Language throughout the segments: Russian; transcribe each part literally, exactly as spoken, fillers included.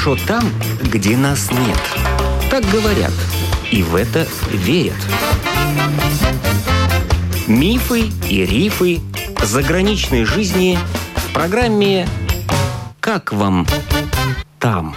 хорошо там, где нас нет. Так говорят, и в это верят. Мифы и рифы заграничной жизни в программе «Как вам там?».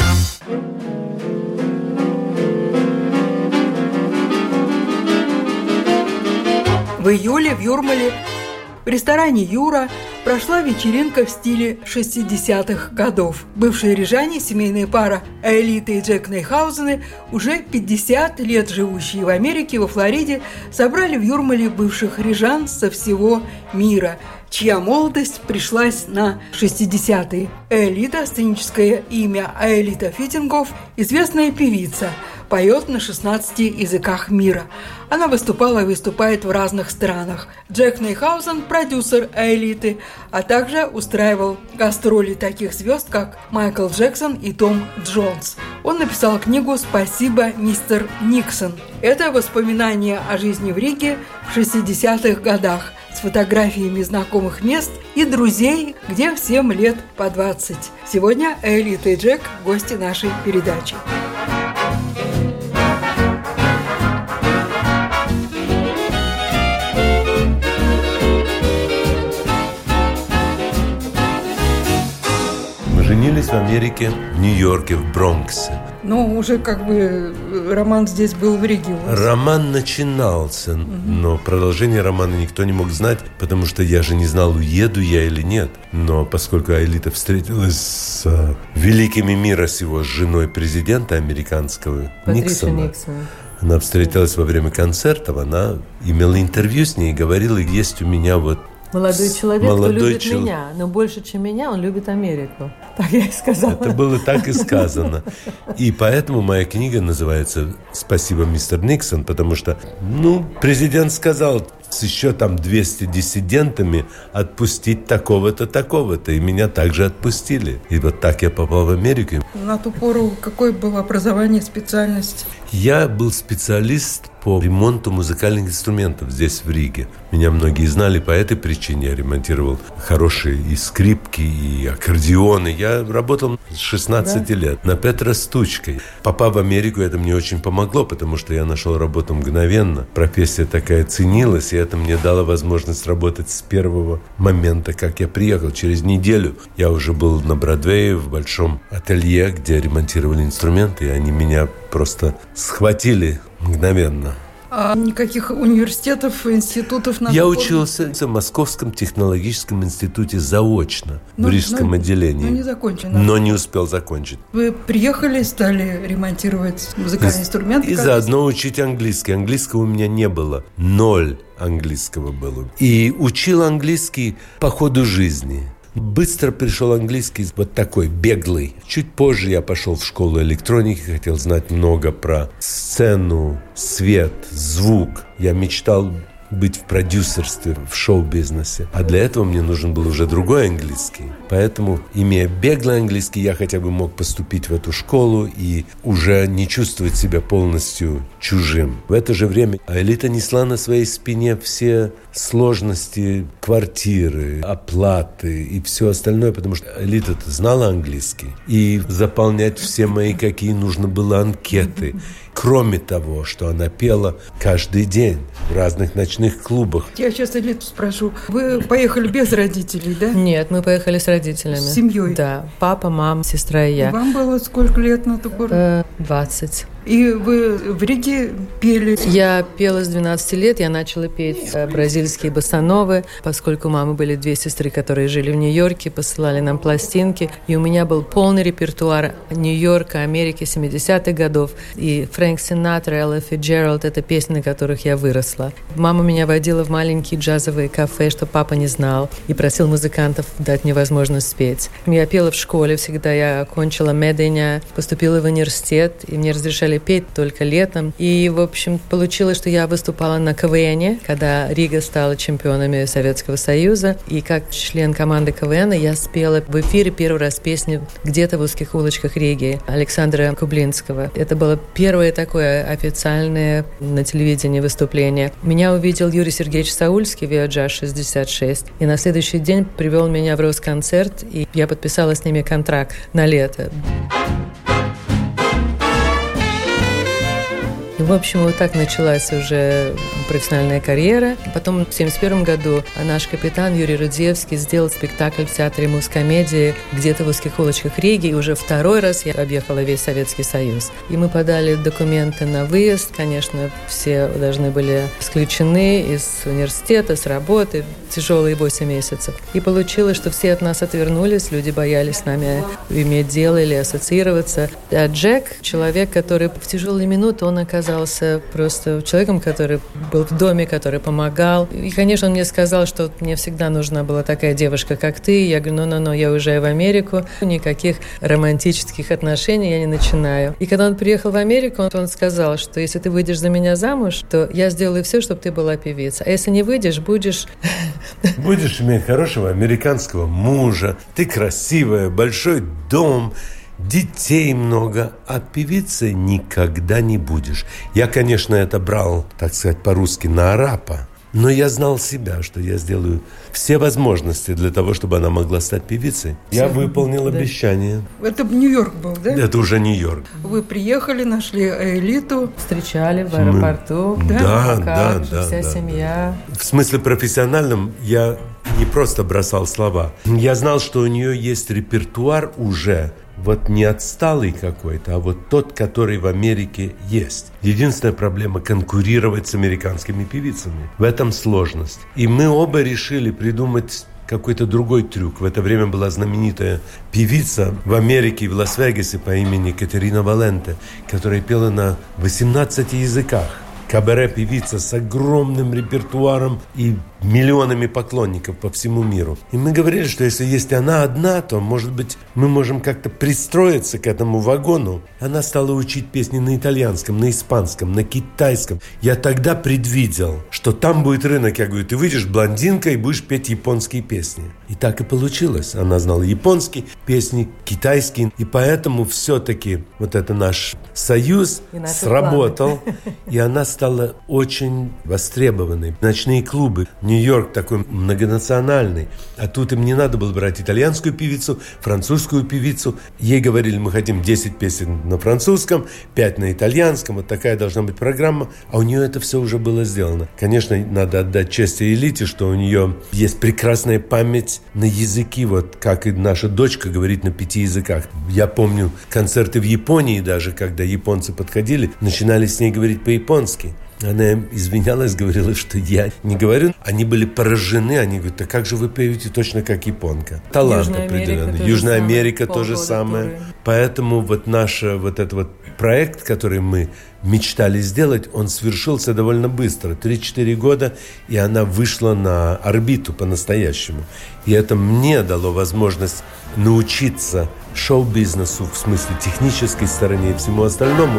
В июле в Юрмале в ресторане «Юра» прошла вечеринка в стиле шестидесятых годов. Бывшие рижане, семейная пара Аэлита и Джек Нейхаузены, уже пятьдесят лет живущие в Америке, во Флориде, собрали в Юрмале бывших рижан со всего мира, чья молодость пришлась на шестидесятые. Аэлита, сценическое имя Аэлита Фитингофф, известная певица, поет на шестнадцати языках мира. Она выступала и выступает в разных странах. Джек Нейхаузен – продюсер Аэлиты, а также устраивал гастроли таких звезд, как Майкл Джексон и Том Джонс. Он написал книгу «Спасибо, мистер Никсон». Это воспоминания о жизни в Риге в шестидесятых годах с фотографиями знакомых мест и друзей, где всем лет по двадцать. Сегодня Аэлита и Джек – гости нашей передачи. Женились в Америке, в Нью-Йорке, в Бронксе. Ну, уже как бы роман здесь был в Риге. Роман начинался, угу. но продолжение романа никто не мог знать, потому что я же не знал, уеду я или нет. Но поскольку Аэлита встретилась с uh, великими мира сего, с женой президента американского Никсона, Никсона, она встретилась во время концертов, она имела интервью с ней и говорила, есть у меня вот Молодой человек, Молодой кто любит чел... меня, но больше, чем меня, он любит Америку. Так я и сказала. Это было так и сказано. И поэтому моя книга называется «Спасибо, мистер Никсон», потому что, ну, президент сказал с еще там двумястами диссидентами отпустить такого-то, такого-то. И меня также отпустили. И вот так я попал в Америку. На ту пору какое было образование, специальность? Я был специалист по ремонту музыкальных инструментов здесь, в Риге. Меня многие знали по этой причине. Я ремонтировал хорошие и скрипки, и аккордеоны. Я работал с шестнадцати да? лет на Петра Стучкой. Попав в Америку, это мне очень помогло, потому что я нашел работу мгновенно. Профессия такая ценилась, и это мне дало возможность работать с первого момента, как я приехал. Через неделю я уже был на Бродвее в большом ателье, где ремонтировали инструменты, и они меня просто схватили мгновенно. А никаких университетов, институтов? Я форму? учился в Московском технологическом институте заочно, но, в Рижском но, отделении. Но не закончил. Но не успел закончить. Вы приехали, стали ремонтировать музыкальные и, инструменты? И заодно учить английский. Английского у меня не было. Ноль английского было. И учил английский по ходу жизни. Быстро пришел английский, вот такой, беглый. Чуть позже я пошел в школу электроники, хотел знать много про сцену, свет, звук. Я мечтал быть в продюсерстве, в шоу-бизнесе. А для этого мне нужен был уже другой английский. Поэтому, имея беглый английский, я хотя бы мог поступить в эту школу и уже не чувствовать себя полностью чужим. В это же время Аэлита несла на своей спине все сложности квартиры, оплаты и все остальное, потому что Аэлита-то знала английский. И заполнять все мои, какие нужно было, анкеты. Кроме того, что она пела каждый день в разных ночных клубах. Я сейчас Элиту спрошу. Вы поехали без родителей, да? Нет, мы поехали с родителями. С семьей? Да. Папа, мама, сестра и я. И вам было сколько лет на ту пору? двадцать. И вы в Риге пели? Я пела с двенадцати лет. Я начала петь бразильские боссановы, поскольку у мамы были две сестры, которые жили в Нью-Йорке, посылали нам пластинки. И у меня был полный репертуар Нью-Йорка, Америки семидесятых годов. И Фрэнк Синатра, Элла Фитджеральд — это песни, на которых я выросла. Мама меня водила в маленькие джазовые кафе, что папа не знал, и просил музыкантов дать мне возможность спеть. Я пела в школе всегда. Я окончила Меденя, поступила в университет, и мне разрешали петь только летом. И, в общем, получилось, что я выступала на КВНе, когда Рига стала чемпионами Советского Союза. И как член команды КВНа я спела в эфире первый раз песню «Где-то в узких улочках Риги» Александра Кублинского. Это было первое такое официальное на телевидении выступление. Меня увидел Юрий Сергеевич Саульский в Виаджаз шестьдесят шесть. И на следующий день привел меня в Росконцерт, и я подписала с ними контракт на лето. И, в общем, вот так началась уже профессиональная карьера. Потом в семьдесят первом году наш капитан Юрий Рудзевский сделал спектакль в театре Мускомедии где-то в узких улочках Риги. И уже второй раз я объехала весь Советский Союз. И мы подали документы на выезд. Конечно, все должны были исключены из университета, с работы. Тяжелые восемь месяцев. И получилось, что все от нас отвернулись. Люди боялись с нами иметь дело или ассоциироваться. А Джек, человек, который в тяжелые минуты, он оказался просто человеком, который был в доме, который помогал. И, конечно, он мне сказал, что мне всегда нужна была такая девушка, как ты. Я говорю, ну-ну-ну, я уезжаю в Америку. Никаких романтических отношений я не начинаю. И когда он приехал в Америку, он, он сказал, что если ты выйдешь за меня замуж, то я сделаю все, чтобы ты была певицей. А если не выйдешь, будешь... Будешь иметь хорошего американского мужа, ты красивая, большой дом, детей много, а певицей никогда не будешь. Я, конечно, это брал, так сказать, по-русски на арапа, но я знал себя, что я сделаю все возможности для того, чтобы она могла стать певицей. Я выполнил да. обещание. Это Нью-Йорк был, да? Это уже Нью-Йорк. Вы приехали, нашли Элиту. Встречали в аэропорту. Мы... Да, как да, же, да. Вся да, семья. Да. В смысле профессиональном я не просто бросал слова. Я знал, что у нее есть репертуар уже, вот не отсталый какой-то, а вот тот, который в Америке есть. Единственная проблема – конкурировать с американскими певицами. В этом сложность. И мы оба решили придумать какой-то другой трюк. В это время была знаменитая певица в Америке, в Лас-Вегасе по имени Катерина Валенте, которая пела на восемнадцати языках. Кабаре-певица с огромным репертуаром и миллионами поклонников по всему миру. И мы говорили, что если есть она одна, то, может быть, мы можем как-то пристроиться к этому вагону. Она стала учить песни на итальянском, на испанском, на китайском. Я тогда предвидел, что там будет рынок. Я говорю, ты выйдешь блондинка и будешь петь японские песни. И так и получилось. Она знала японские песни, китайские. И поэтому все-таки вот это наш союз сработал. И она стала очень востребованной. Ночные клубы. Нью-Йорк такой многонациональный. А тут им не надо было брать итальянскую певицу, французскую певицу. Ей говорили, мы хотим десять песен на французском, пять на итальянском. Вот такая должна быть программа. А у нее это все уже было сделано. Конечно, надо отдать честь Элите, что у нее есть прекрасная память на языки. Вот как и наша дочка говорит на пяти языках. Я помню концерты в Японии даже, когда японцы подходили, начинали с ней говорить по-японски. Она извинялась, говорила, что я не говорю. Они были поражены. Они говорят, а как же вы поете точно как японка? Талант Южная определенный. Америка Южная самое, Америка то же самое. туры. Поэтому вот наш вот этот вот проект, который мы мечтали сделать, он свершился довольно быстро. три-четыре года, и она вышла на орбиту по-настоящему. И это мне дало возможность научиться шоу-бизнесу, в смысле технической стороне и всему остальному.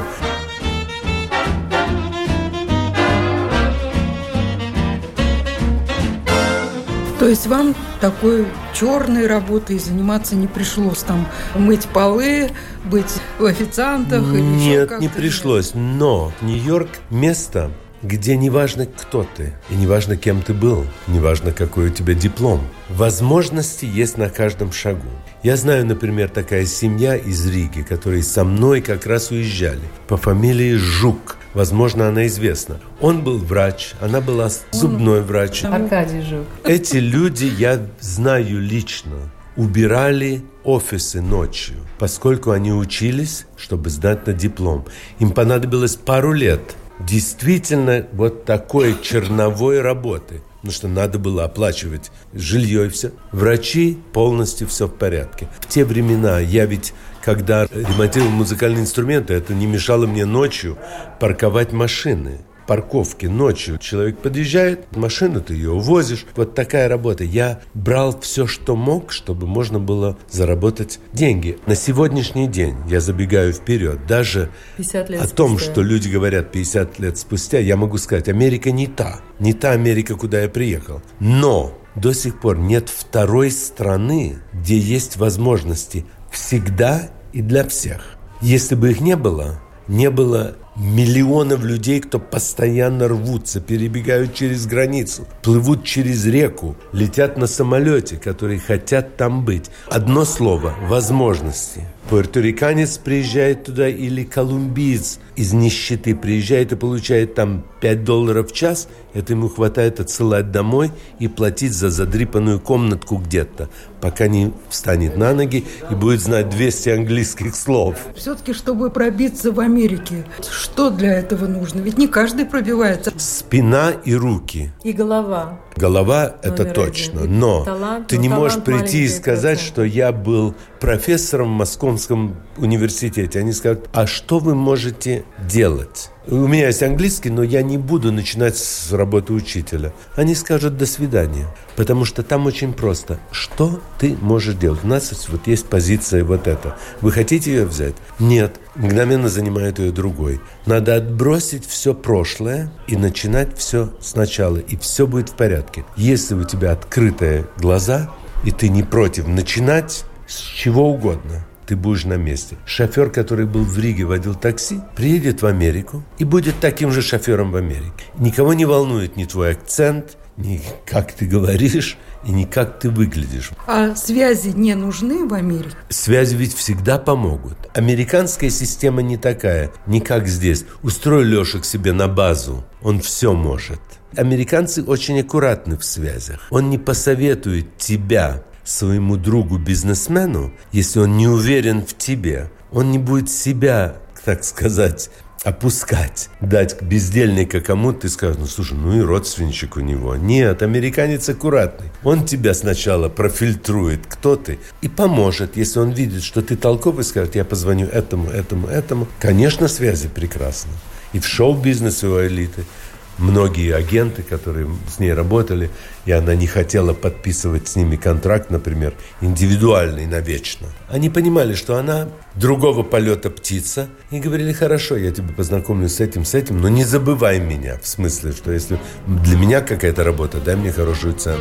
То есть вам такой черной работой заниматься не пришлось? Там мыть полы, быть в официантах? Или Нет, еще как-то? не пришлось. Но Нью-Йорк – место, где не важно, кто ты, и не важно, кем ты был, не важно, какой у тебя диплом. Возможности есть на каждом шагу. Я знаю, например, такая семья из Риги, которые со мной как раз уезжали, по фамилии Жук. Возможно, она известна. Он был врач, она была зубной врач. Аркадий Жук. Эти люди, я знаю лично, убирали офисы ночью, поскольку они учились, чтобы сдать на диплом. Им понадобилось пару лет действительно вот такой черновой работы. Потому что надо было оплачивать жилье и все. Врачи полностью все в порядке. В те времена я ведь, когда ремонтировал музыкальные инструменты, это не мешало мне ночью парковать машины. Парковки ночью. Человек подъезжает, машину ты ее увозишь. Вот такая работа. Я брал все, что мог, чтобы можно было заработать деньги. На сегодняшний день, я забегаю вперед, даже о том, что люди говорят пятьдесят лет спустя, я могу сказать, Америка не та. Не та Америка, куда я приехал. Но до сих пор нет второй страны, где есть возможности всегда и для всех. Если бы их не было, не было миллионов людей, кто постоянно рвутся, перебегают через границу, плывут через реку, летят на самолете, которые хотят там быть. Одно слово – возможности. Пуэрториканец приезжает туда или колумбиец из нищеты приезжает и получает там пять долларов в час, это ему хватает отсылать домой и платить за задрипанную комнатку где-то, пока не встанет на ноги и будет знать двести английских слов. Все-таки, чтобы пробиться в Америке, что для этого нужно? Ведь не каждый пробивается. Спина и руки. И голова. Голова – это точно. Один. Но талант, ты но не можешь талант прийти и сказать, процент. что я был профессором в Московском университете. Они скажут, а что вы можете делать? У меня есть английский, но я не буду начинать с работы учителя. Они скажут «до свидания», потому что там очень просто. Что ты можешь делать? У нас вот есть позиция вот эта. Вы хотите ее взять? Нет. Мгновенно занимает ее другой. Надо отбросить все прошлое и начинать все сначала. И все будет в порядке. Если у тебя открытые глаза, и ты не против начинать с чего угодно, ты будешь на месте. Шофер, который был в Риге, водил такси, приедет в Америку и будет таким же шофером в Америке. Никого не волнует ни твой акцент, ни как ты говоришь, и ни как ты выглядишь. А связи не нужны в Америке? Связи ведь всегда помогут. Американская система не такая, не как здесь. Устрой Лешу к себе на базу, он все может. Американцы очень аккуратны в связях. Он не посоветует тебя своему другу-бизнесмену, если он не уверен в тебе. Он не будет себя, так сказать, опускать, дать бездельника кому-то, ты скажешь, ну слушай, ну и родственничек у него. Нет, американец аккуратный. Он тебя сначала профильтрует, кто ты, и поможет, если он видит, что ты толковый, скажет, я позвоню этому, этому, этому. Конечно, связи прекрасны. И в шоу-бизнесе у элиты многие агенты, которые с ней работали, и она не хотела подписывать с ними контракт, например, индивидуальный навечно. Они понимали, что она другого полета птица, и говорили, хорошо, я тебя познакомлю с этим, с этим, но не забывай меня. В смысле, что если для меня какая-то работа, дай мне хорошую цену.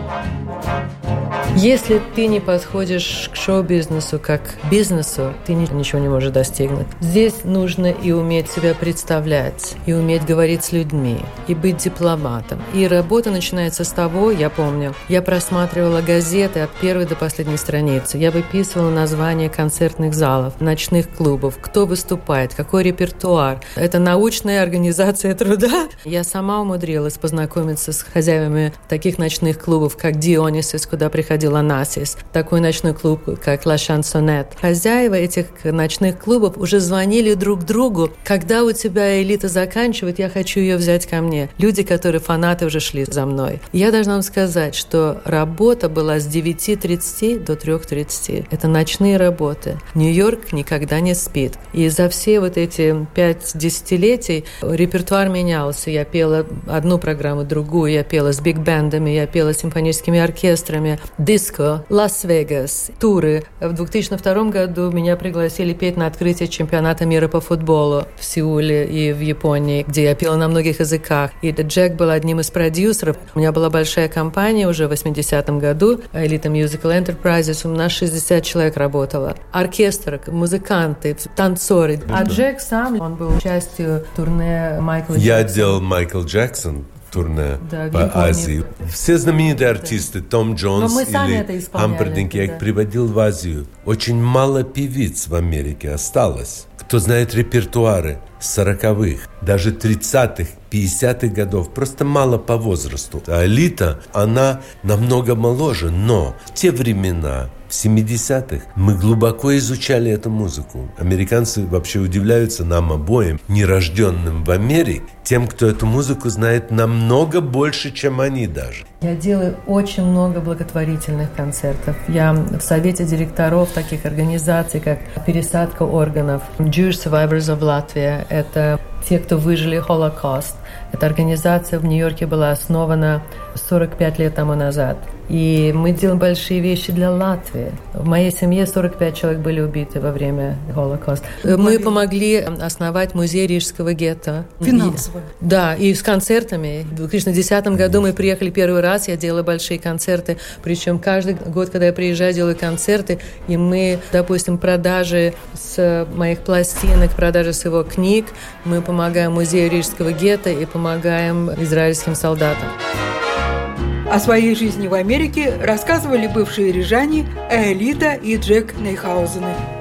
Если ты не подходишь к шоу-бизнесу как к бизнесу, ты ничего не можешь достигнуть. Здесь нужно и уметь себя представлять, и уметь говорить с людьми, и быть дипломатом. И работа начинается с того, я помню, я просматривала газеты от первой до последней страницы. Я выписывала названия концертных залов, ночных клубов, кто выступает, какой репертуар. Это научная организация труда. Я сама умудрилась познакомиться с хозяевами таких ночных клубов, как Дионисис, куда приходил Анасис, такой ночной клуб, как Ла Шансонет. Хозяева этих ночных клубов уже звонили друг другу, когда у тебя элита заканчивает, я хочу ее взять ко мне. Люди, которые фанаты, уже шли за мной. Я должна вам сказать, что работа была с девяти тридцати до трёх тридцати. Это ночные работы. Нью-Йорк никогда не спит. И за все вот эти пять десятилетий репертуар менялся. Я пела одну программу, другую, я пела с биг-бендами, я пела с симфоническими оркестрами, диско, Лас-Вегас, туры. В две тысячи втором году меня пригласили петь на открытие чемпионата мира по футболу в Сеуле и в Японии, где я пела на многих языках. И Джек был одним из продюсеров. У меня была большая компания уже в восьмидесятом году, Elite Musical Enterprises. У нас шестьдесят человек работало. Оркестр, музыканты, танцоры. А Джек сам, он был частью турне Майкла Джексона. Я делал Майкл Джексон. Турне да, по Азии. Все знаменитые артисты, да. Том Джонс или Хампердинг, я их приводил в Азию. Очень мало певиц в Америке осталось. Кто знает репертуары сороковых, даже тридцатых, пятидесятых годов, просто мало по возрасту. А элита, она намного моложе, но в те времена, в семидесятых, мы глубоко изучали эту музыку. Американцы вообще удивляются нам обоим, нерожденным в Америке, тем, кто эту музыку знает намного больше, чем они даже. Я делаю очень много благотворительных концертов. Я в совете директоров таких организаций, как «Пересадка органов», Jewish Survivors of Latvia. Это те, кто выжили Холокост. Эта организация в Нью-Йорке была основана сорок пять лет тому назад. И мы делаем большие вещи для Латвии. В моей семье сорок пять человек были убиты во время Холокоста. Мы помогли основать музей Рижского гетто. Финансово. И, да, и с концертами. В две тысячи десятом году мы приехали первый раз, я делала большие концерты. Причем каждый год, когда я приезжаю, делаю концерты, и мы, допустим, продажи с моих пластинок, продажи с его книг, мы помогаем музею Рижского гетто и помогаем израильским солдатам. О своей жизни в Америке рассказывали бывшие рижане Аэлита и Джек Нейхаузены.